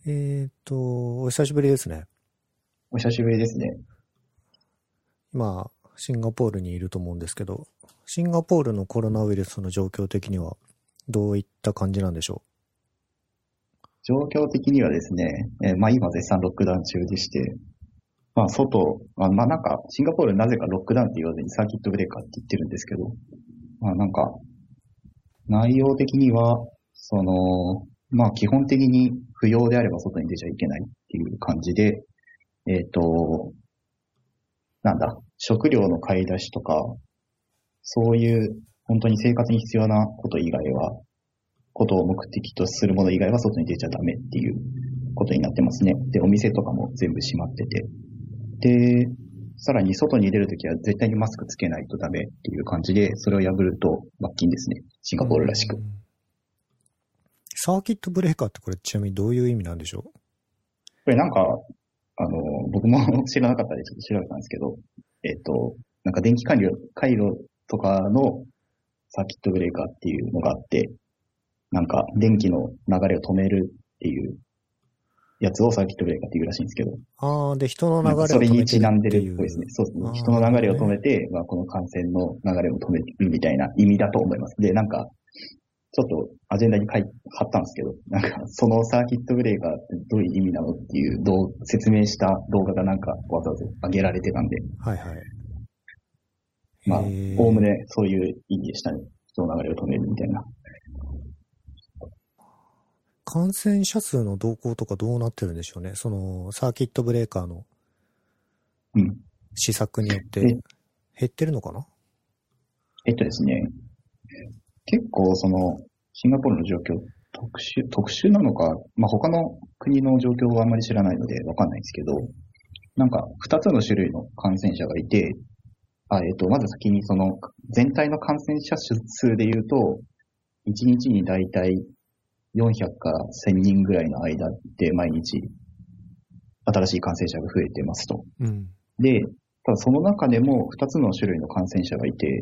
お久しぶりですね。 お久しぶりですね。 今、シンガポールにいると思うんですけど、シンガポールのコロナウイルスの状況的にはどういった感じなんでしょ状況的にはですね、今絶賛ロックダウン中でして、なんか、シンガポールなぜかロックダウンって言わずにサーキットブレーカーって言ってるんですけど、なんか、内容的には、基本的に不要であれば外に出ちゃいけないっていう感じで、えっと、食料の買い出しとか、そういう本当に生活に必要なことを目的とするもの以外は外に出ちゃダメっていうことになってますね。で、お店とかも全部閉まってて。で、さらに外に出るときは絶対にマスクつけないとダメっていう感じで、それを破ると罰金ですね。シンガポールらしく。 サーキットブレーカーってこれちなみにどういう意味なんでしょう？ これ僕も知らなかったんでちょっと調べたんですけど、電気回路とかのサーキットブレーカーっていうのがあって、電気の流れを止めるっていうやつをサーキットブレーカーっていうらしいんですけど。 で、人の流れを止めてるっていう。 それにちなんでるっぽいですね。そうですね。人の流れを止めて、この感染の流れを止めるみたいな意味だと思います。で、ちょっとアジェンダに貼ったんですけど、そのサーキットブレーカーってどういう意味なのっていう説明した動画がわざわざ上げられてたんで。 はいはい。 おおむねそういう意味でしたね。人の流れを止めるみたいな。 感染者数の動向とかどうなってるんでしょうね。そのサーキットブレーカーの施策によって減ってるのかな？ ですね、結構シンガポールの状況特殊なのか、他の国の状況はあんまり知らないのでわかんないんですけど、二つの種類の感染者がいて、まず先に全体の感染者数で言うと、1日にだいたい400から1000人ぐらいの間で毎日新しい感染者が増えてますと。で、ただその中でも2つの種類の感染者がいて、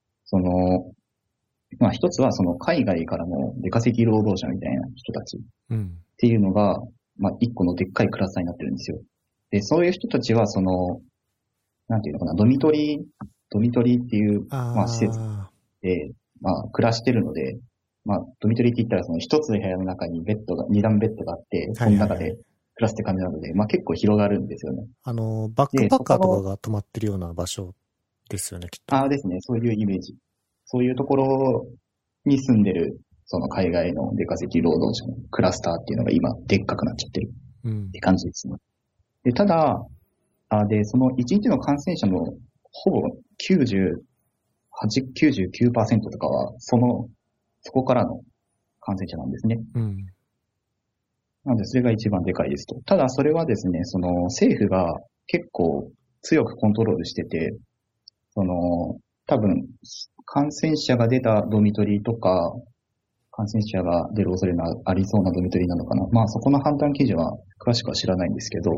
一つは海外からの出稼ぎ労働者みたいな人たちっていうのが、一個のでっかいクラスターになってるんですよ。で、そういう人たちはドミトリーっていう、施設で、暮らしてるので、ドミトリーって言ったら一つの部屋の中に二段ベッドがあって、その中で暮らすって感じなので、結構広がるんですよね。 バックパッカーとかが泊まってるような場所ですよね、きっと。 ですね、そういうイメージ。そういうところに住んでる、海外の出稼ぎ労働者のクラスターっていうのが今、でっかくなっちゃってるって感じですね。で、ただ、その1日の感染者のほぼ98、99% とかは、そこからの感染者なんですね。なので、それが一番でかいですと。ただ、それはですね、政府が結構強くコントロールしてて、多分、感染者が出たドミトリーとか、感染者が出る恐れのありそうなドミトリーなのかな。そこの判断基準は詳しくは知らないんですけど、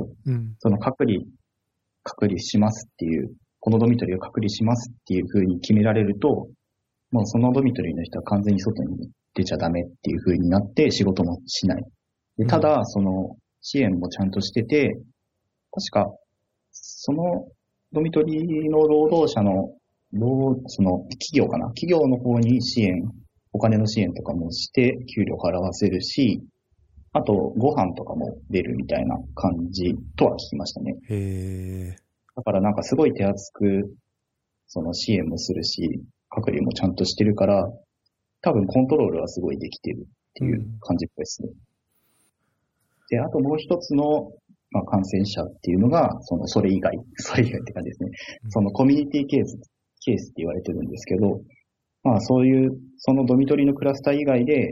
隔離しますっていう、このドミトリーを隔離しますっていう風に決められると、もうそのドミトリーの人は完全に外に出ちゃダメっていう風になって仕事もしない。でただ、支援もちゃんとしてて、確か、そのドミトリーの労働者の、企業の方にお金の支援とかもして、給料払わせるし、あと、ご飯とかも出るみたいな感じとは聞きましたね。だからすごい手厚く、支援もするし、隔離もちゃんとしてるから、多分コントロールはすごいできてるっていう感じですね。で、あともう一つの、感染者っていうのが、それ以外って感じですね。コミュニティケースって言われてるんですけど、そういう、そのドミトリーのクラスター以外で、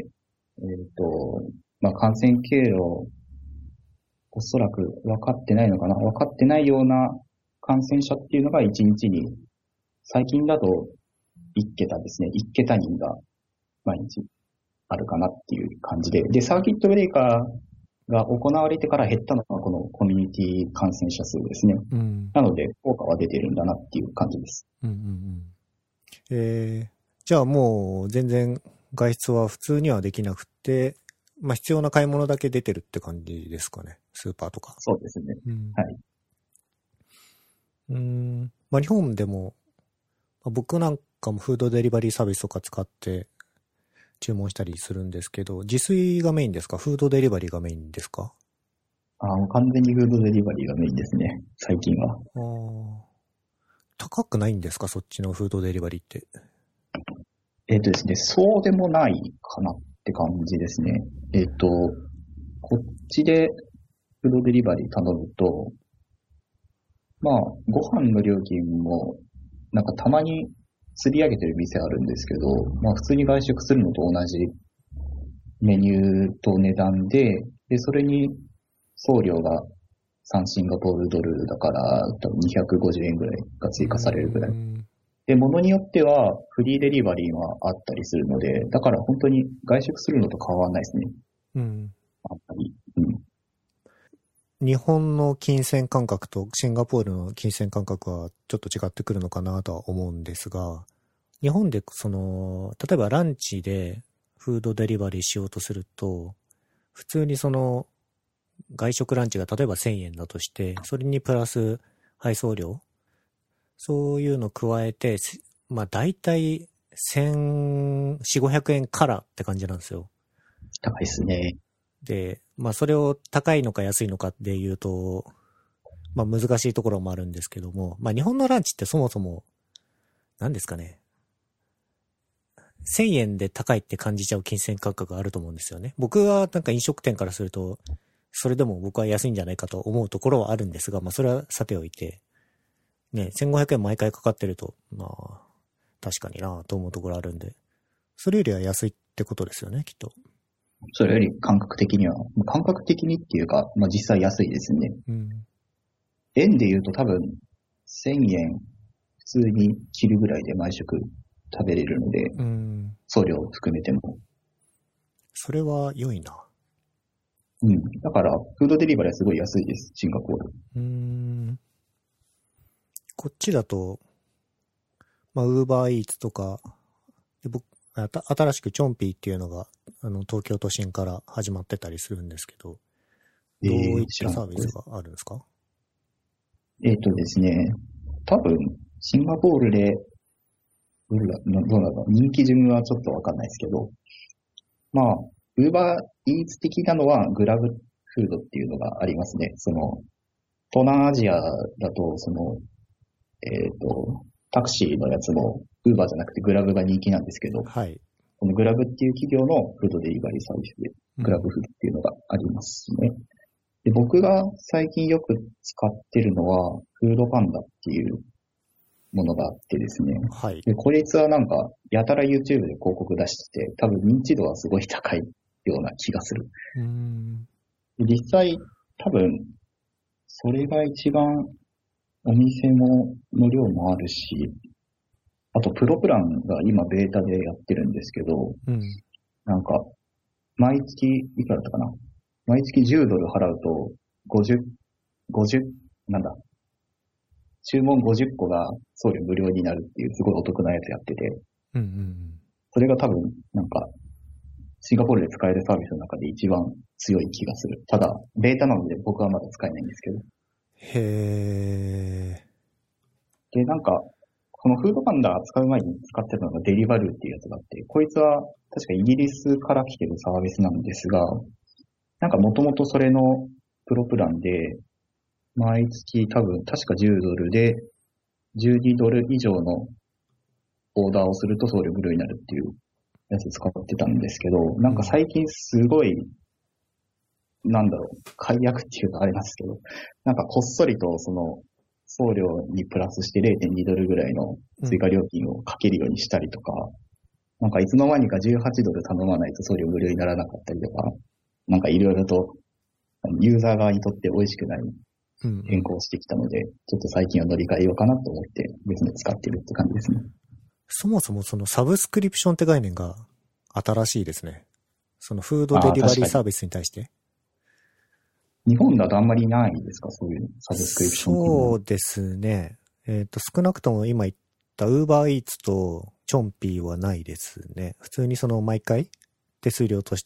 感染経路、おそらく分かってないのかな。分かってないような感染者っていうのが1日に、最近だと1桁ですね。1桁人が毎日あるかなっていう感じで。で、サーキットブレーカーが行われてから減ったのがこのコミュニティ感染者数ですね。なので、効果は出てるんだなっていう感じです。 じゃあもう全然外出は普通にはできなくて、 まあ必要な買い物だけ出てるって感じですかね。スーパーとか。 そうですね。はい。 まあ日本でも、僕なんかもフードデリバリーサービスとか使って注文したりするんですけど、自炊がメインですか？フードデリバリーがメインですか？ もう完全にフードデリバリーがメインですね、最近は。 高くないんですか？そっちのフードデリバリーって。 ですね、そうでもないかなって感じですね。こっちでフードデリバリー頼むと、まあ、ご飯の料金も、なんかたまに釣り上げてる店あるんですけど、まあ普通に外食するのと同じメニューと値段で、それに送料が3シンガポールドルだから、多分250円ぐらいが追加されるぐらい。で、物によってはフリーデリバリーがあったりするので、だから本当に外食するのと変わらないですね。あんまり。 日本の金銭感覚とシンガポールの金銭感覚はちょっと違ってくるのかなとは思うんですが、日本で例えばランチでフードデリバリーしようとすると、普通に外食ランチが例えば1000円だとして、それにプラス配送料、そういうの加えて、まあ大体1400、500円からって感じなんですよ。 高いですね。 で、まあそれを高いのか安いのかで言うと、まあ難しいところもあるんですけども、まあ日本のランチってそもそも、何ですかね。1000円で高いって感じちゃう金銭感覚があると思うんですよね。僕はなんか飲食店からすると、それでも僕は安いんじゃないかと思うところはあるんですが、まあそれはさておいて、ね、1500円毎回かかってると、まあ、確かになと思うところあるんで、それよりは安いってことですよね、きっと。 それより感覚的にっていうか、まあ実際安いですね。円で言うと多分1000円普通に切るぐらいで毎食食べれるので、送料を含めても。 それは良いな。 だから、フードデリバリーはすごい安いです、シンガポール。 こっちだと、まあ、ウーバーイーツとか、新しくチョンピーっていうのが、東京都心から始まってたりするんですけど、どういったサービスがあるんですか？ ですね、多分、シンガポールで、どうなの？人気順はちょっとわかんないですけど、まあ、ウーバーイーツ的なのはグラブフードっていうのがありますね。東南アジアだと、タクシーのやつも、ウーバーじゃなくてグラブが人気なんですけど、 はい。 このグラブっていう企業のフードデリバリーサービスで、グラブフードっていうのがありますね。で、僕が最近よく使ってるのは、フードパンダっていうものがあってですね。 はい。 で、こいつはなんか、やたら YouTube で広告出してて、多分認知度はすごい高いような気がする。で、実際、多分、それが一番お店の量もあるし、あとプロプランが今ベータでやってるんですけど、なんか、毎月、いくらだったかな？毎月10ドル払うと、注文50個が送料無料になるっていうすごいお得なやつやってて、それが多分、なんか、シンガポールで使えるサービスの中で一番強い気がする。ただ、ベータなので僕はまだ使えないんですけど。で、なんか、このフードパンダ使う前に使ってたのがデリバルーっていうやつがあって、こいつは確かイギリスから来てるサービスなんですが、なんかもともとそれのプロプランで、毎月多分確か10ドルで12ドル以上のオーダーをすると送料無料になるっていうやつ使ってたんですけど、なんか最近すごい、解約っていうかあれなんですけど、なんかこっそりとその送料にプラスして 0.2 ドルぐらいの追加料金をかけるようにしたりとか、なんかいつの間にか18ドル頼まないと送料無料にならなかったりとか、なんかいろいろとユーザー側にとって美味しくない変更してきたので、ちょっと最近は乗り換えようかなと思って別に使ってるって感じですね。 そもそもそのサブスクリプションって概念が新しいですね。そのフードデリバリーサービスに対して。 日本だとあんまりないですか、そういうサブスクリプション。 そうですね。少なくとも今言ったウーバーイーツとチョンピーはないですね。普通にその毎回手数料として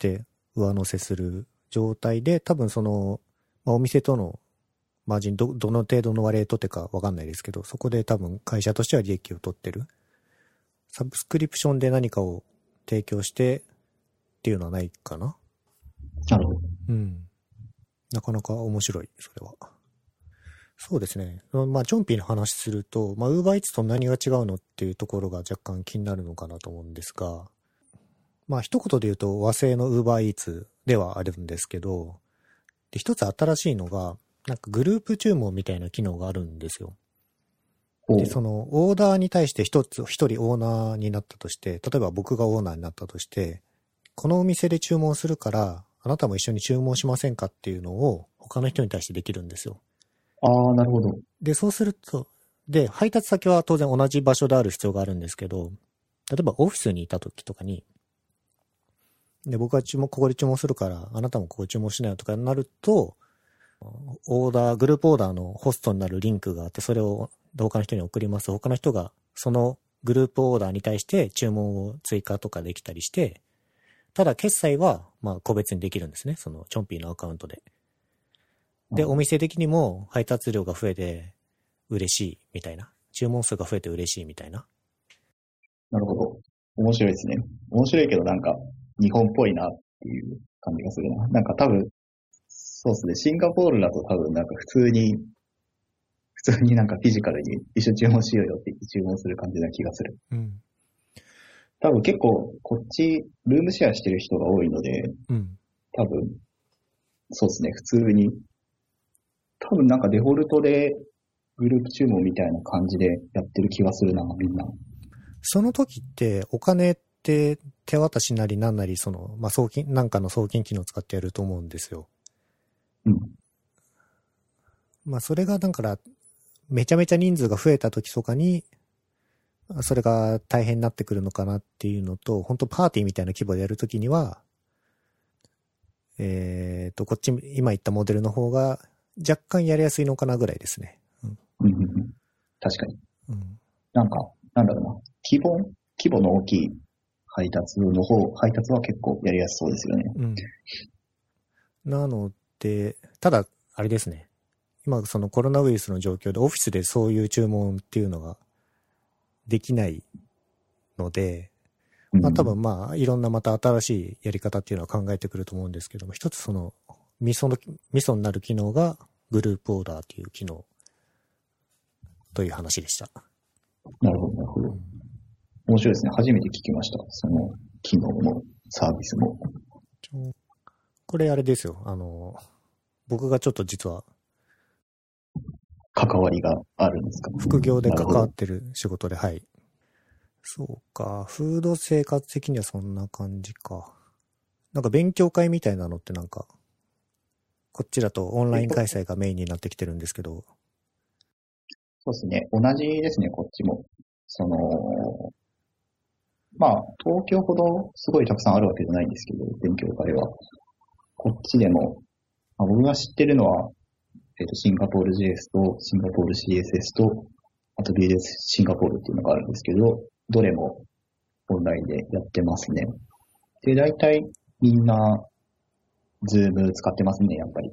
上乗せする状態で、多分その、まあ、お店とのマージンどの程度の割合取ってかわかんないですけど、そこで多分会社としては利益を取ってる。サブスクリプションで何かを提供してっていうのはないかな。 なるほど。 うん。なかなか面白い、それは。そうですね。まあ、チョンピーの話すると、まあ、ウーバーイーツと何が違うのっていうところが若干気になるのかなと思うんですが、まあ、一言で言うと和製のウーバーイーツではあるんですけど、で、一つ新しいのが、なんかグループ注文みたいな機能があるんですよ。で、そのオーダーに対して一人オーナーになったとして、例えば僕がオーナーになったとして、このお店で注文するから、あなたも一緒に注文しませんかっていうのを他の人に対してできるんですよ。 ああ、なるほど。 で、そうすると、で、配達先は当然同じ場所である必要があるんですけど、例えばオフィスにいた時とかに、で、僕はここで注文するから、あなたもここで注文しないよとかになると、グループオーダーのホストになるリンクがあって、それを他の人に送ります。他の人がそのグループオーダーに対して注文を追加とかできたりして、ただ決済はまあ個別にできるんですね。そのチョンピーのアカウントで。で、お店的にも配達量が増えて嬉しいみたいな。注文数が増えて嬉しいみたいな。 なるほど。面白いですね。面白いけどなんか日本っぽいなっていう感じがするな。なんか多分、そうですね。シンガポールだと多分なんか普通になんかフィジカルに一緒注文しようよって言って注文する感じな気がする。 うん。 多分結構こっちルームシェアしてる人が多いので、 うん。 多分、そうですね。普通に、多分なんかデフォルトでグループ注文みたいな感じでやってる気がするな、みんな。 その時ってお金って手渡しなりなんなりその、まあ、なんかの送金機能を使ってやると思うんですよ。 うん。 まあ、それがだから、めちゃめちゃ人数が増えた時とかに、それが大変になってくるのかなっていうのと、本当パーティーみたいな規模でやるときには、こっち、今言ったモデルの方が若干やりやすいのかなぐらいですね。 確かに。 うん。 なんか、なんだろうな。規模の大きい配達は結構やりやすそうですよね。 うん。なので、ただ、あれですね。今そのコロナウイルスの状況でオフィスでそういう注文っていうのができないので、まあ多分まあいろんなまた新しいやり方っていうのは考えてくると思うんですけども、一つそのミソになる機能がグループオーダーという機能という話でした。 なるほど、なるほど。面白いですね。初めて聞きました。その機能のサービスも。 これあれですよ。僕がちょっと実は関わりがあるんですかね。 副業で関わってる仕事で、はい。そうか。フード生活的にはそんな感じか。なんか勉強会みたいなのってなんか、こっちだとオンライン開催がメインになってきてるんですけど。 そうですね。同じですね、こっちも。まあ、東京ほどすごいたくさんあるわけじゃないんですけど、勉強会は。こっちでも、まあ、僕が知ってるのは、シンガポール JS とシンガポール CSS と、あと BS シンガポールっていうのがあるんですけど、どれもオンラインでやってますね。で、大体みんな、ズーム使ってますね、やっぱり。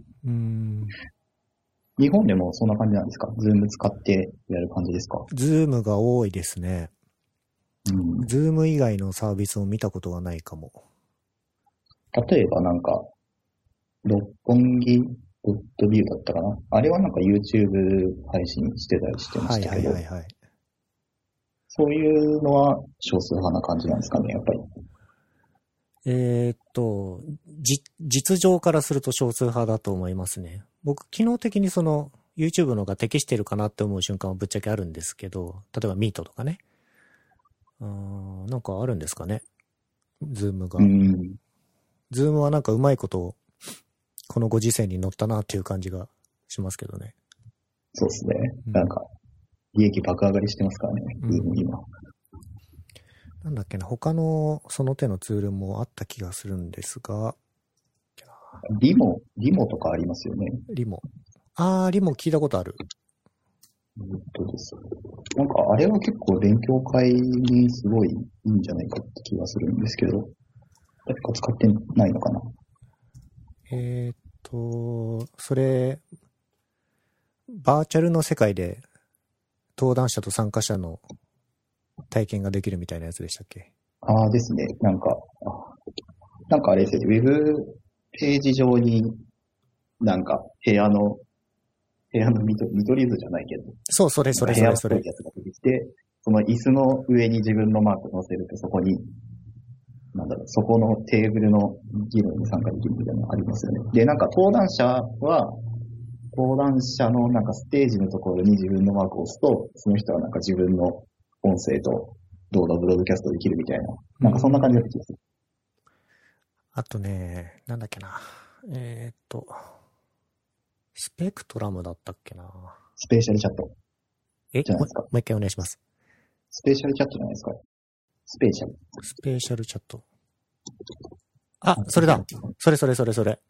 日本でもそんな感じなんですか？ズーム使ってやる感じですか？ ズームが多いですね。ズーム以外のサービスを見たことがないかも。 例えばなんか、六本木ドットビューだったかな？あれはなんか YouTube 配信してたりしてましたけど、そういうのは少数派な感じなんですかね、やっぱり。 実情からすると少数派だと思いますね。僕、機能的にその YouTube のが適してるかなって思う瞬間はぶっちゃけあるんですけど、例えばミートとかね。なんかあるんですかね。ズームが。ズームはなんかうまいことこのご時世に乗ったなっていう感じがしますけどね。 そうですね。なんか、利益爆上がりしてますからね、ズーム今。 なんだっけな、他のその手のツールもあった気がするんですが。 リモとかありますよね。 リモ聞いたことある。 です。なんかあれは結構勉強会にすごいいいんじゃないかって気がするんですけど、誰か使ってないのかな？ それ、バーチャルの世界で登壇者と参加者の体験ができるみたいなやつでしたっけ？ ああですね。なんかあれですね、ウェブページ上になんか部屋の見取り図じゃないけど、 そう、それ。 部屋っぽいやつが出てきて、その椅子の上に自分のマークを載せるとそこに、そこのテーブルの議論に参加できるみたいなのがありますよね。で、なんか登壇者のなんかステージのところに自分のマークを押すと、その人はなんか自分の音声と動画をブロードキャストできるみたいな、なんかそんな感じだった気がする。 あとね、なんだっけな。スペクトラムだったっけな。 スペーシャルチャット。じゃないですか。 もう一回お願いします。 スペーシャルチャットじゃないですか。スペーシャルチャット。あ、それだ。それ。 そうですね。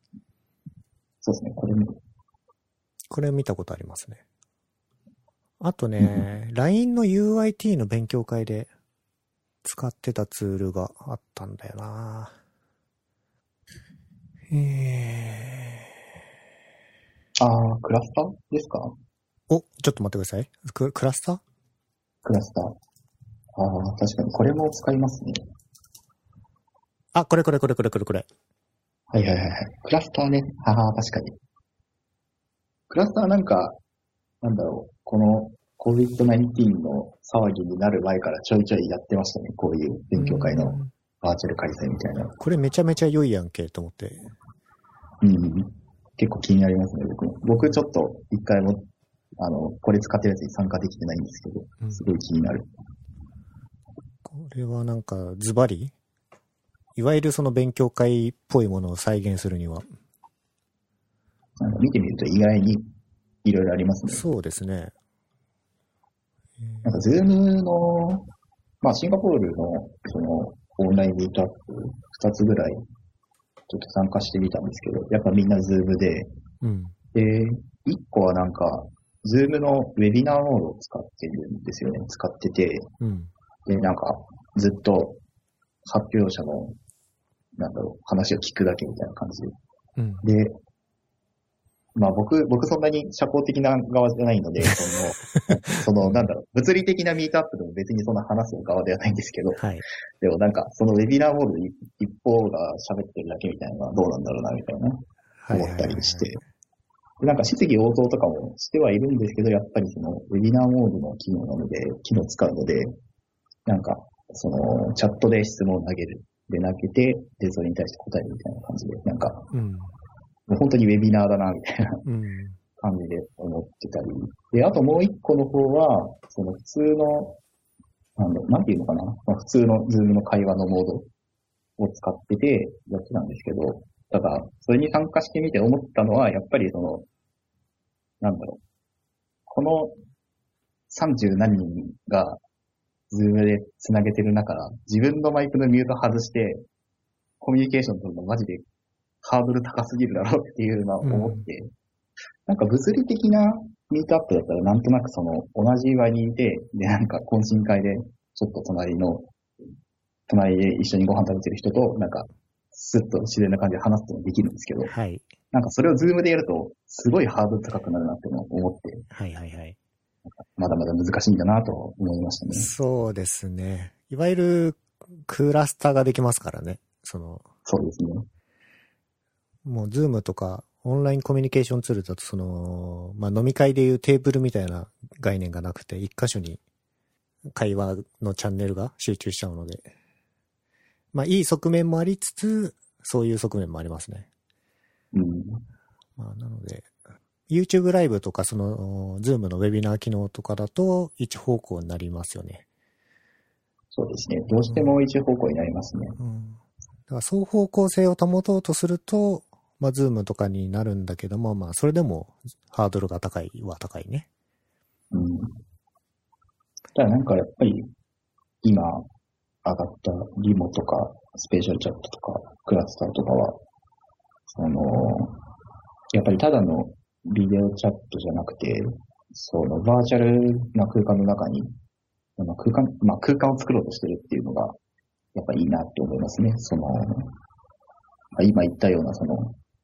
これ見たことありますね。あとね、LINE の UIT の勉強会で使ってたツールがあったんだよな。 クラスターですか？ お、ちょっと待ってください。クラスター？ クラスター。確かに。これも使いますね。 あ、これ。 はい。クラスターね。確かに。クラスターこの COVID-19 の騒ぎになる前からちょいちょいやってましたね。こういう勉強会のバーチャル開催みたいな。 これめちゃめちゃ良いやんけと思って。 結構気になりますね、僕ちょっと一回も、これ使ってるやつに参加できてないんですけど、すごい気になる。 これはなんかズバリいわゆるその勉強会っぽいものを再現するには。 なんか見てみると意外にいろいろありますね。 そうですね。 なんかズームの、シンガポールのそのオンラインミートアップ2つぐらいちょっと参加してみたんですけど、やっぱみんなズームで、で、1個はなんか、ズームのウェビナーモードを使ってるんですよね。使ってて、で、なんか、ずっと発表者の、話を聞くだけみたいな感じで。で、僕そんなに社交的な側じゃないので、物理的なミートアップでも別にそんな話す側ではないんですけど、でもなんか、そのウェビナーモードで一方が喋ってるだけみたいなのはどうなんだろうな、みたいな、思ったりして。で、なんか質疑応答とかもしてはいるんですけど、やっぱりそのウェビナーモードの機能使うので、なんか、その、チャットで質問を投げる。で、投げて、で、それに対して答えるみたいな感じで、なんか、もう本当にウェビナーだな、みたいな感じで思ってたり。で、あともう一個の方は、その普通の、なんていうのかな、普通のズームの会話のモードを使っててやってたんですけど、ただ、それに参加してみて思ったのは、やっぱりその、この30何人がズームで繋げてる中、自分のマイクのミュート外して、コミュニケーション取るのマジでハードル高すぎるだろうっていうのは思って、なんか物理的なミートアップだったらなんとなくその同じ場にいて、でなんか懇親会でちょっと隣で一緒にご飯食べてる人となんかスッと自然な感じで話すこともできるんですけど、なんかそれをズームでやるとすごいハードル高くなるなって思って、まだまだ難しいんだなと思いましたね。 そうですね。いわゆるクラスターができますからね。 そうですね。 もうズームとかオンラインコミュニケーションツールだと飲み会でいうテーブルみたいな概念がなくて、一箇所に会話のチャンネルが集中しちゃうので、いい側面もありつつ、そういう側面もありますね。なので、YouTube ライブとかズームのウェビナー機能とかだと一方向になりますよね。 そうですね。どうしても一方向になりますね。 だから双方向性を保とうとすると、ズームとかになるんだけども、それでもハードルが高いね。 ただなんかやっぱり、今上がったリモとか、スペーシャルチャットとか、クラスターとかは、やっぱりただのビデオチャットじゃなくて、バーチャルな空間の中に、空間を作ろうとしてるっていうのが、やっぱいいなって思いますね。今言ったような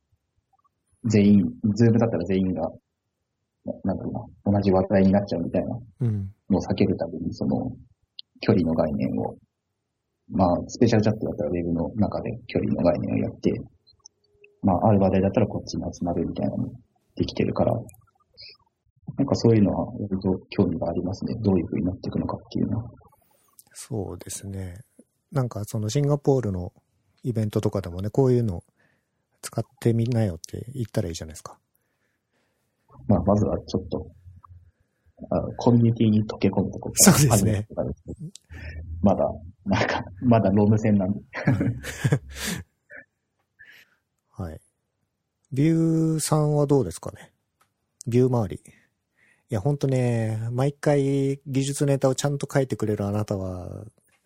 全員、ズームだったら全員が、なんだろうな、同じ話題になっちゃうみたいなのを避けるために、その、距離の概念を、まあ、スペシャルチャットだったらウェブの中で距離の概念をやって、まあ、ある話題だったらこっちに集まるみたいなのできてるから、なんかそういうのは、割と興味がありますね。どういう風になっていくのかっていうのは。 そうですね。なんかそのシンガポールのイベントとかでもね、こういうの使ってみなよって言ったらいいじゃないですか。 まあ、まずはちょっと、コミュニティに溶け込むところそうですね。 まだ、なんか、まだロム線なんで。 はい。ビューさんはどうですかね。ビュー周り。いや、ほんとね、毎回技術ネタをちゃんと書いてくれるあなたは。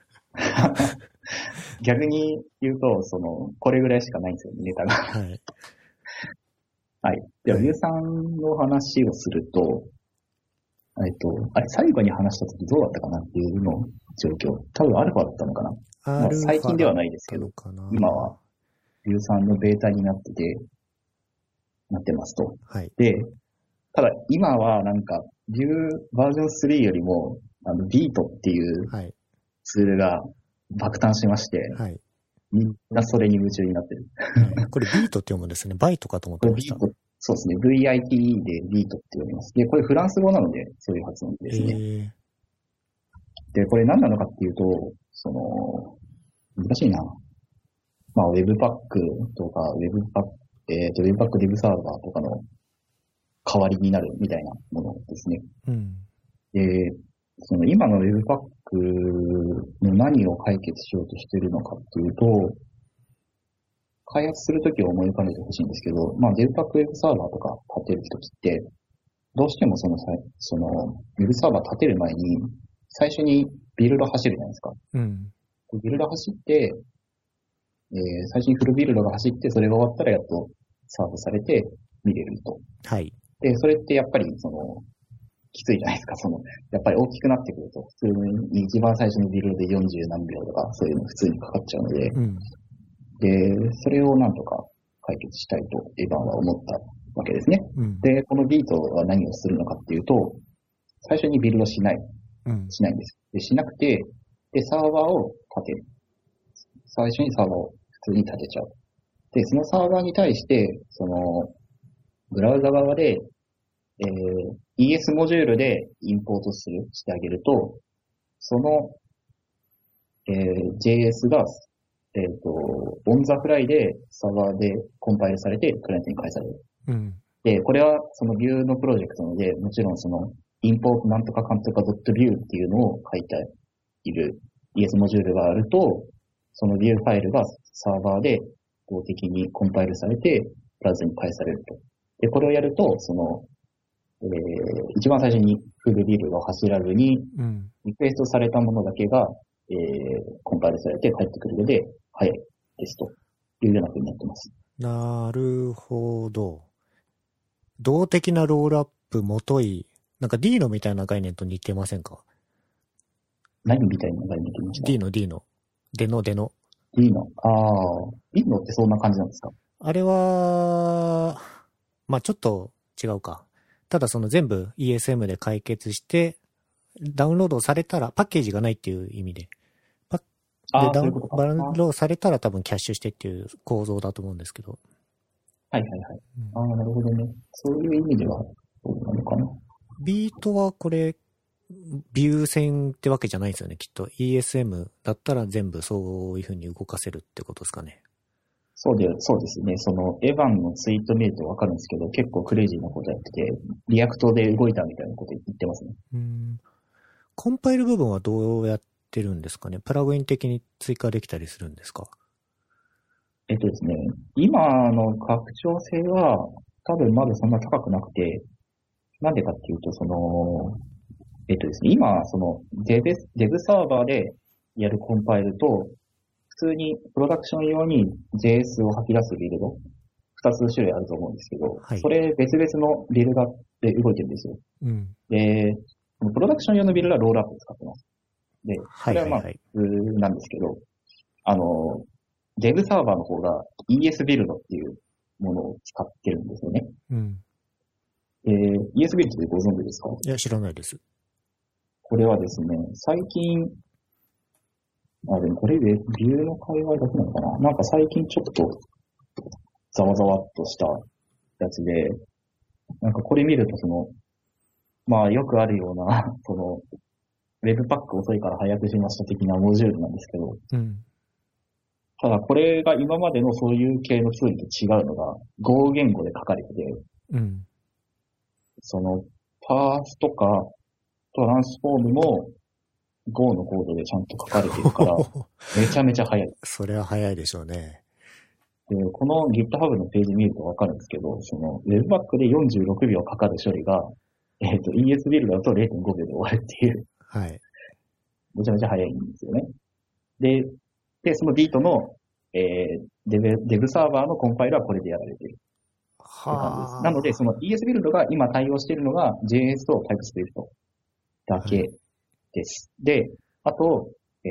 逆に言うと、これぐらいしかないんですよ、ネタが。 はい。 はい。では、ビューさんの話をすると、あれ、最後に話した時どうだったかなっていうの状況。多分アルファだったのかな。まあ、最近ではないですけど、今は、ビューさんのベータになってますと。 はい。 で、ただ今はなんか、ビューバージョン3よりも、ビートっていうツールが爆誕しまして、 はい。 みんなそれに夢中になってる。 はい、これビートって読むんですね。バイトかと思ってました。 そうですね。VIT でビートって読みます。で、これフランス語なので、そういう発音ですね。で、これ何なのかっていうと、難しいな。まあ、Webpack とか、Webpack デブサーバーとかの代わりになるみたいなものですね。 うん。 で、今の Webpack の何を解決しようとしているのかっていうと、開発するときを思い浮かべてほしいんですけど、まあ、Webpack ウェブサーバーとか立てるときって、どうしてもウェブサーバー立てる前に、最初にビルド走るじゃないですか。 うん。 ビルド走って、最初にフルビルドが走って、それが終わったらやっとサーブされて見れると。 はい。 で、それってやっぱりきついじゃないですか。やっぱり大きくなってくると、普通に一番最初のビルドで40何秒とか、そういうの普通にかかっちゃうので、 うん、 で、それをなんとか解決したいとエヴァンは思ったわけですね。 うん、 で、このビートは何をするのかっていうと、最初にビルドしないんです。で、しなくて、で、サーバーを立てる。最初にサーバーを普通に立てちゃう。で、そのサーバーに対して、ブラウザ側で、ES モジュールでインポートしてあげると、その、JS が、オンザフライでサーバーでコンパイルされてクライアントに返される。 うん、 で、これはそのビューのプロジェクトなので、もちろんインポートなんとかかんとか .view っていうのを書いている ES モジュールがあると、そのビューファイルがサーバーで動的にコンパイルされて、ブラウザに返されると。で、これをやると、一番最初にフルビルが走らずに、リクエストされたものだけが、コンパイルされて返ってくるので、早いですというような風になってます。 なるほど。動的なロールアップもとい、なんか D のみたいな概念と似てませんか？ 何みたいな概念って言いました？ D の。D の。 D の。D のってそんな感じなんですか？ あれは、まあちょっと違うか。ただ全部 ESM で解決して、ダウンロードされたら、パッケージがないっていう意味で。ダウンロードされたら多分キャッシュしてっていう構造だと思うんですけど。 はいはいはい。なるほどね。そういう意味では、そうなのかな。 ビートはこれ、ビュー線ってわけじゃないですよね、きっと。ESM だったら全部そういう風に動かせるってことですかね。 そうですね。エヴァンのツイート見るとわかるんですけど、結構クレイジーなことやってて、リアクトで動いたみたいなこと言ってますね。 コンパイル部分はどうやってるんですかね？プラグイン的に追加できたりするんですか？ ですね、今の拡張性は多分まだそんな高くなくて、なんでかっていうと、ですね、今、デブサーバーでやるコンパイルと、普通にプロダクション用に JS を吐き出すビルド、2つ種類あると思うんですけど、はい、それ別々のビルドで動いてるんですよ。で、プロダクション用のビルドはロールアップ使ってます。で、それはまあ普通なんですけど、デブサーバーの方が ES ビルドっていうものを使ってるんですよね。 うん。 ES ビルドでご存知ですか？ いや、知らないです。 これはですね、最近、でもこれビューの界隈だけなのかな？なんか最近ちょっとざわざわっとしたやつで、なんかこれ見るとまあよくあるような、ウェブパック遅いから早くしました的なモジュールなんですけど、 うん。 ただこれが今までのそういう系のツールと違うのが、Go 言語で書かれてて、 うん。 パースとかトランスフォームも Go のコードでちゃんと書かれてるから、めちゃめちゃ早い。 それは早いでしょうね。 で、この GitHub のページ見るとわかるんですけど、Webpack で46秒かかる処理が、ES ビルドだと 0.5 秒で終わるっていう、 はい。 めちゃめちゃ早いんですよね。で、そのビートの、デブサーバーのコンパイルはこれでやられているって感じです。なので、その ES ビルドが今対応しているのが JS と TypeScript だけです。はい、で、あと、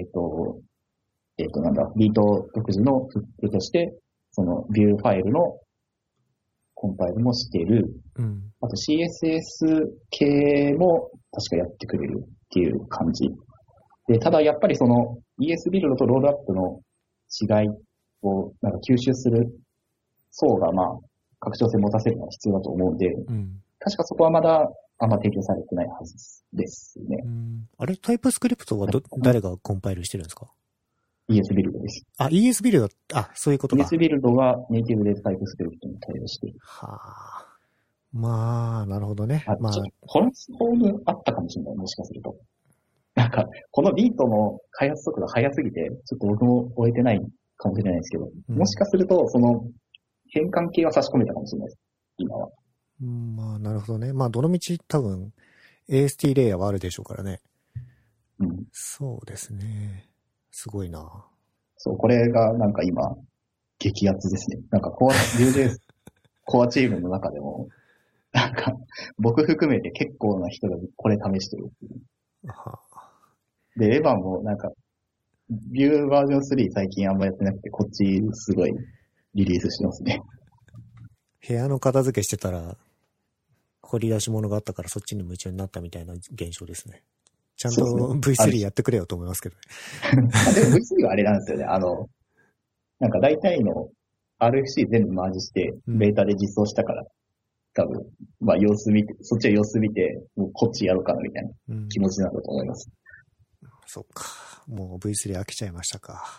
ビート独自のフックとして、そのビューファイルのコンパイルもしている。 うん、 あと CSS 系も確かやってくれるっていう感じ。で、ただやっぱりES ビルドとロールアップの違いをなんか吸収する層が拡張性持たせるのは必要だと思うんで、 うん、 確かそこはまだあんま提供されてないはずですね。 あれ、タイプスクリプトは誰がコンパイルしてるんですか？ ES ビルドです。 あ、ES ビルド、そういうことか。 ES ビルドはネイティブでタイプスクリプトに対応している。 はあ。まあ、なるほどね。 ちょっとトランスフォームあったかもしれない、もしかすると。なんか、このビートの開発速度速すぎて、ちょっと僕も終えてないかもしれないですけど、もしかすると、変換系は差し込めたかもしれないです、今は。 まあ、なるほどね。まあ、どのみち多分、AST レイヤーはあるでしょうからね。 うん。 そうですね。すごいな。 そう、これがなんか今、激アツですね。なんかVue.js コアチームの中でも、なんか、僕含めて結構な人がこれ試してるっていう。で、エヴァンもなんか、ビューバージョン3最近あんまやってなくて、こっちすごいリリースしてますね。 部屋の片付けしてたら、掘り出し物があったからそっちに夢中になったみたいな現象ですね。ちゃんと V3 やってくれよと思いますけど。 でも V3 はあれなんですよね。なんか大体の RFC 全部マージして、ベータで実装したから、多分、様子見て、そっちは様子見て、もうこっちやろうかなみたいな気持ちなんだと思います。 そっか。もう V3 飽きちゃいましたか。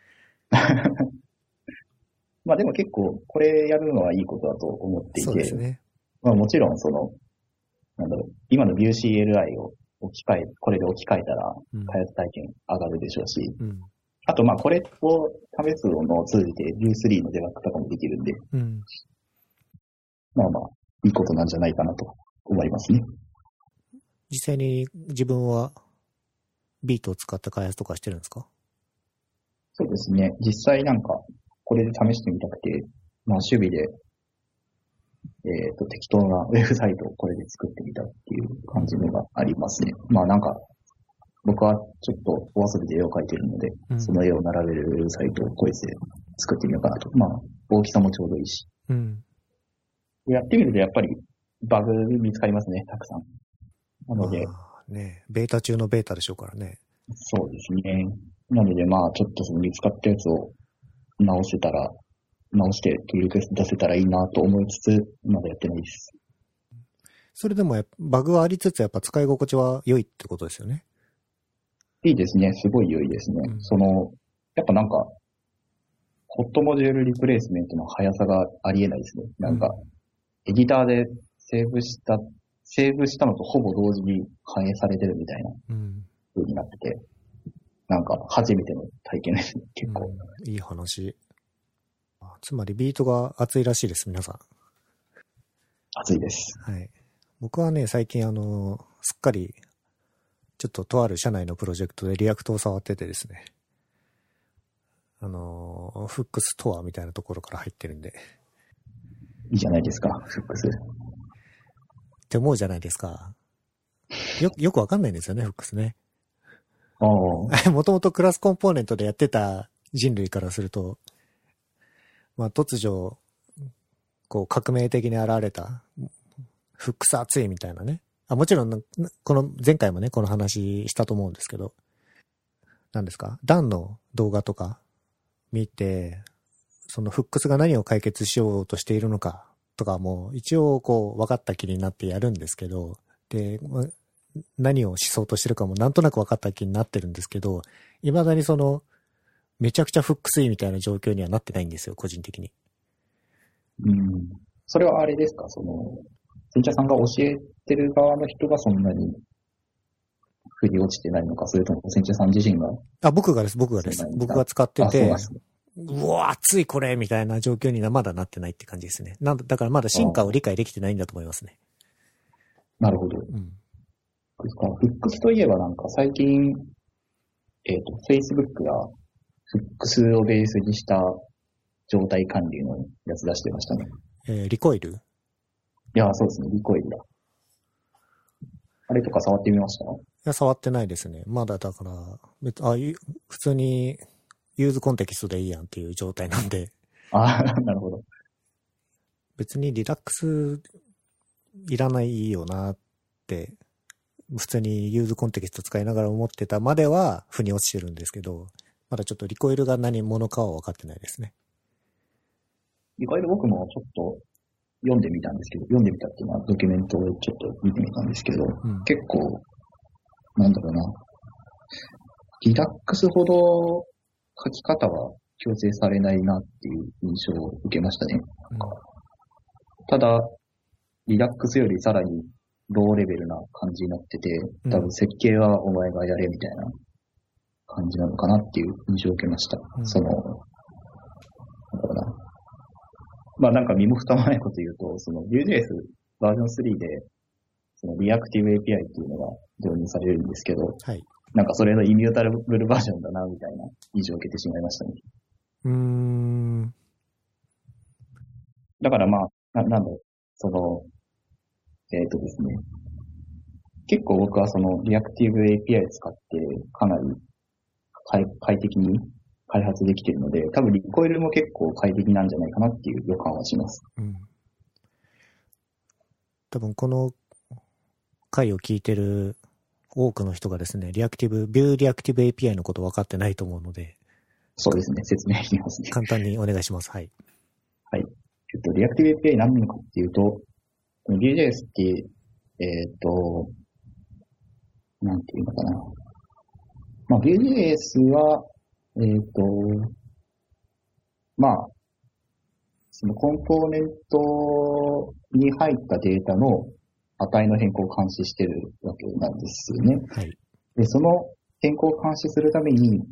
でも結構、これやるのはいいことだと思っていて、そうですね。もちろん今の Vue.CLI をこれで置き換えたら、開発体験上がるでしょうし、あとこれを試すのを通じて Vue.3 のデバッグとかもできるんで、いいことなんじゃないかなと思いますね。 実際に自分はビートを使った開発とかしてるんですか？ そうですね。実際なんか、これで試してみたくて、守備で、適当なウェブサイトをこれで作ってみたっていう感じのがありますね。なんか、僕はちょっとお遊びで絵を描いてるので、その絵を並べるウェブサイトをこいつで作ってみようかなと。大きさもちょうどいいし。やってみるとやっぱりバグ見つかりますね、たくさん。なので。 ね、ベータ中のベータでしょうからね。 そうですね。なのでちょっと見つかったやつを直してプリクエスト出せたらいいなと思いつつ、まだやってないです。 それでもバグはありつつやっぱ使い心地は良いってことですよね。 いいですね。すごい良いですね。やっぱなんか、ホットモジュールリプレイスメントの速さがありえないですね。なんか、エディターでセーブしたのとほぼ同時に反映されてるみたいな風になってて、なんか初めての体験ですね、結構。 いい話。つまりビートが熱いらしいです、皆さん。 熱いです。 はい。僕はね、最近すっかり、ちょっととある社内のプロジェクトでリアクトを触っててですね。フックストアみたいなところから入ってるんで。 いいじゃないですか、フックス。 って思うじゃないですか。よくわかんないんですよね、フックスね。もともとクラスコンポーネントでやってた人類からすると、突如、 こう革命的に現れた、フックス熱いみたいなね。もちろん、この前回もね、この話したと思うんですけど、何ですか？ダンの動画とか見て、そのフックスが何を解決しようとしているのかとかも一応こう分かった気になってやるんですけど、で、何をしそうとしてるかもなんとなく分かった気になってるんですけど、未だにその、めちゃくちゃフックスいいみたいな状況にはなってないんですよ、個人的に。 それはあれですか、その、先茶さんが教えてる側の人がそんなに振り落ちてないのか、それとも先茶さん自身が。 僕がです。僕が使ってて、うわ、熱いこれみたいな状況にはまだなってないって感じですね。だからまだ進化を理解できてないんだと思いますね。 なるほど。フックスといえばなんか最近、Facebook がフックスをベースにした状態管理のやつ出してましたね。 リコイル？ いや、そうですね、リコイルだ。あれとか触ってみました？いや、触ってないですね。まだだから、普通にユーズコンテキストでいいやんっていう状態なんで。 なるほど。 別にリラックスいらないよなって、普通にユーズコンテキスト使いながら思ってたまでは腑に落ちてるんですけど、まだちょっとリコイルが何者かは分かってないですね。 リコイル僕もちょっと読んでみたんですけど、読んでみたっていうのはドキュメントをちょっと見てみたんですけど、結構、なんだろうな、リラックスほど書き方は強制されないなっていう印象を受けましたね。ただ、リラックスよりさらにローレベルな感じになってて、多分設計はお前がやれみたいな感じなのかなっていう印象を受けました。その、なんだろうな。まあなんか身も蓋もないこと言うと、その Vue.js バージョン3で、そのリアクティブ API っていうのが導入されるんですけど、 はい。 なんかそれのイミュータブルバージョンだなみたいな印象を受けてしまいましたね。だからまあ、なんだろう、その、ですね。結構僕はそのリアクティブ API 使ってかなり快適に開発できているので、多分リコイルも結構快適なんじゃないかなっていう予感はします。 多分この回を聞いてる多くの人がですね、ビューリアクティブ API のこと分かってないと思うので。 そうですね、説明しますね。 簡単にお願いします。はい。 はい。リアクティブ API 何なのかっていうと、Vue.js って、なんていうのかな。まあ、Vue.js は、まあ、そのコンポーネントに入ったデータの値の変更を監視してるわけなんですよね。 はい。 で、その変更を監視するために、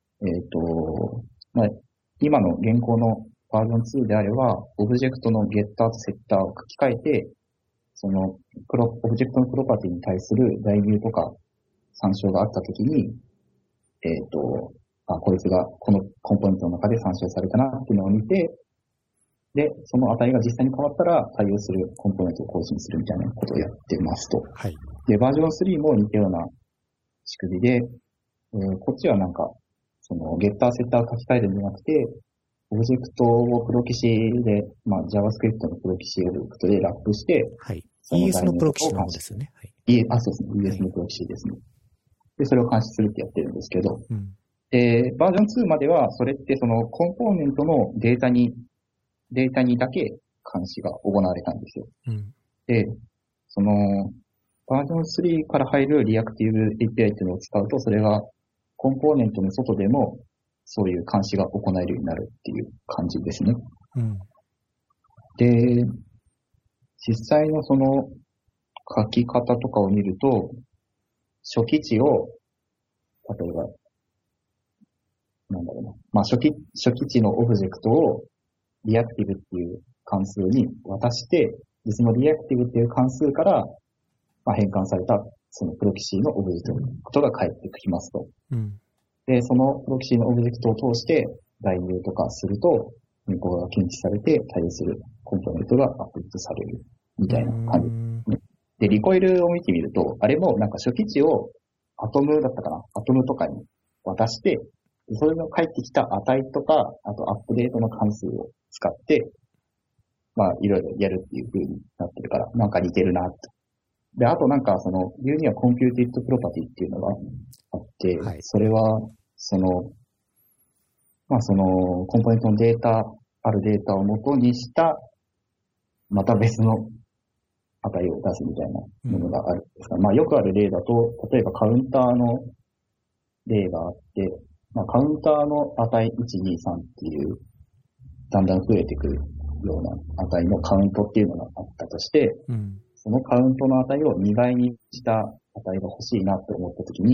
まあ、今の現行のバージョン2であれば、オブジェクトのゲッターとセッターを書き換えて、そのオブジェクトのプロパティに対する代入とか参照があったときに、こいつがこのコンポーネントの中で参照されたなっていうのを見て、で、その値が実際に変わったら対応するコンポーネントを更新するみたいなことをやってますと。 はい。 で、バージョン3も似たような仕組みで、こっちはなんか、そのゲッターセッターを書き換えるんじゃなくて、オブジェクトをプロキシで、まあ JavaScript のプロキシオブジェクトでラップして、 はい。ES のプロキシの方ですよね。はい。 そうですね。ES のプロキシですね。で、それを監視するってやってるんですけど、バージョン2までは、それってそのコンポーネントのデータにだけ監視が行われたんですよ。で、その、バージョン3から入るリアクティブ API っていうのを使うと、それがコンポーネントの外でもそういう監視が行えるようになるっていう感じですね。で、実際のその書き方とかを見ると、初期値を、例えば、なんだろうな。まあ、初期値のオブジェクトをリアクティブっていう関数に渡して、でそのリアクティブっていう関数から、まあ、変換されたそのプロキシのオブジェクトが返ってきますと。で、そのプロキシのオブジェクトを通して代入とかすると、変更が検知されて対応するコンポーネントがアップデートされるみたいな感じ、で、リコイルを見てみると、あれもなんか初期値をアトムだったかな、アトムとかに渡して、それの返ってきた値とか、あとアップデートの関数を使って、 まあいろいろやるっていう風になってるから、なんか似てるなって。で、あとなんかビューにはコンピューティッドプロパティっていうのがあって、 はい。 それは、まあコンポーネントのあるデータを元にした、また別の値を出すみたいなものがあるんですが、まあよくある例だと、例えばカウンターの例があって、まあカウンターの値123っていう、だんだん増えてくるような値のカウントっていうのがあったとして、そのカウントの値を2倍にした値が欲しいなって思ったときに、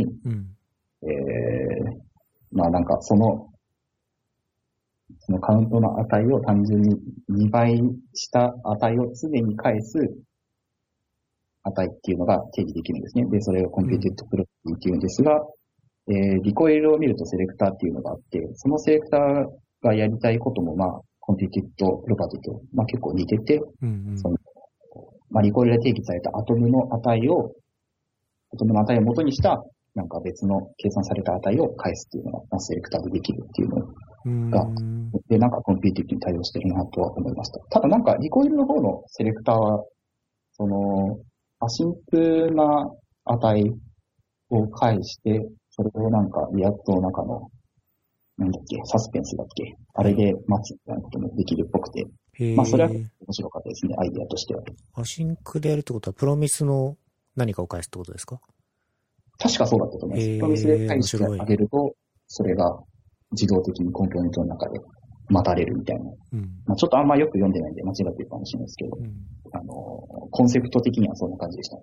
まあなんかそのカウントの値を単純に2倍した値を常に返す値っていうのが定義できるんですね。で、それをコンピューティッドプロパティっていうんですが、リコイルを見るとセレクターっていうのがあって、そのセレクターがやりたいこともまあ、コンピューティッドプロパティと、まあ、結構似てて、まあ、リコイルで定義されたアトムの値を元にした、なんか別の計算された値を返すっていうのが、まあ、セレクターでできるっていうのが、で、なんかコンピューティッドに対応してるなとは思いました。ただなんかリコイルの方のセレクターは、アシンクな値を返して、それをなんかリアクトの中の、なんだっけ、サスペンスだっけ、あれで待つみたいなこともできるっぽくて、まあそれは面白かったですね、アイデアとしては。 アシンクでやるってことは、プロミスの何かを返すってことですか？ 確かそうだったと思います。プロミスで返してあげると、それが自動的にコンポーネントの中で待たれるみたいな。まあちょっとあんまよく読んでないんで間違ってるかもしれないですけど、コンセプト的にはそんな感じでしたね。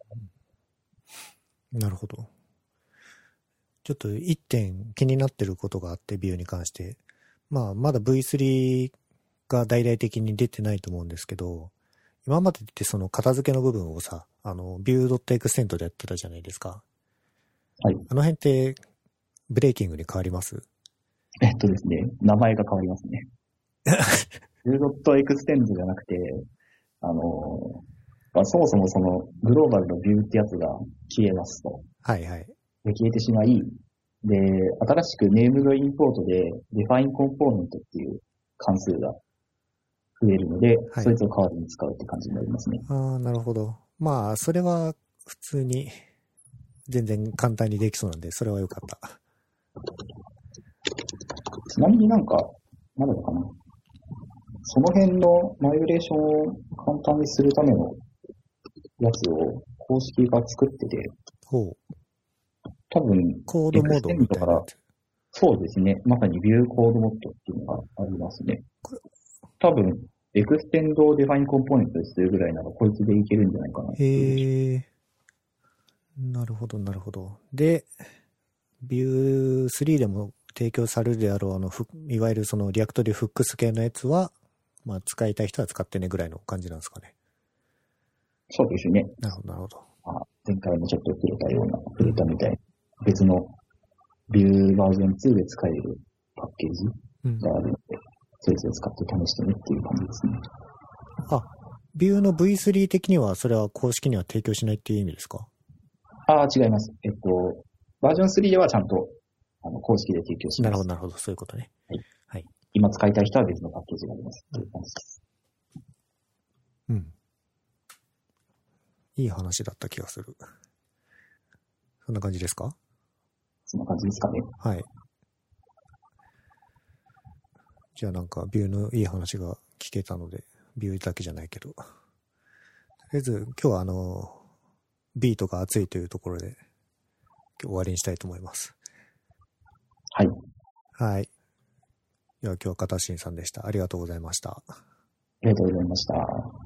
なるほど。ちょっと一点気になってることがあって、ビューに関して。まあ、まだ V3 が大々的に出てないと思うんですけど、今までってその片付けの部分をさ、view.extend でやってたじゃないですか。 はい。 あの辺って、ブレーキングに変わります？ ですね、名前が変わりますね。view.extend じゃなくて、まあ、そもそもそのグローバルのビューってやつが消えますと。 はいはい。 で消えてしまい、で、新しくネームのインポートで define component っていう関数が増えるので、はい、そいつを代わりに使うって感じになりますね。 ああ、なるほど。まあ、それは普通に全然簡単にできそうなんで、それは良かった。 ちなみになんか、なんだろうかな。その辺のマイグレーションを簡単にするためのやつを公式が作ってて、 ほう。 多分、 コードモードみたいなやつ。 そうですね。まさにビューコードモードっていうのがありますね。多分、エクステンドをデファインコンポーネントにするぐらいならこいつでいけるんじゃないかな。 へえ。なるほど、なるほど。で、ビュー3でも提供されるであろう、いわゆるそのリアクトでフックス系のやつは、まあ使いたい人は使ってねぐらいの感じなんですかね。 そうですね。 なるほど、なるほど。 前回もちょっと触れたみたいな、別のビューバージョン2で使えるパッケージがあるので、それぞれ使って試してねっていう感じですね。 あ、ビューの V3 的にはそれは公式には提供しないっていう意味ですか？ 違います。バージョン3ではちゃんと公式で提供します。 なるほど、なるほど。そういうことね。 はい。はい。今使いたい人は別のパッケージがあります。という感じです。 うん。いい話だった気がする。そんな感じですか？ そんな感じですかね。 はい。じゃあなんかビューのいい話が聞けたので、ビューだけじゃないけど。とりあえず今日はビートが熱いというところで、今日終わりにしたいと思います。 はい。 はい。では今日は片新さんでした。ありがとうございました。 ありがとうございました。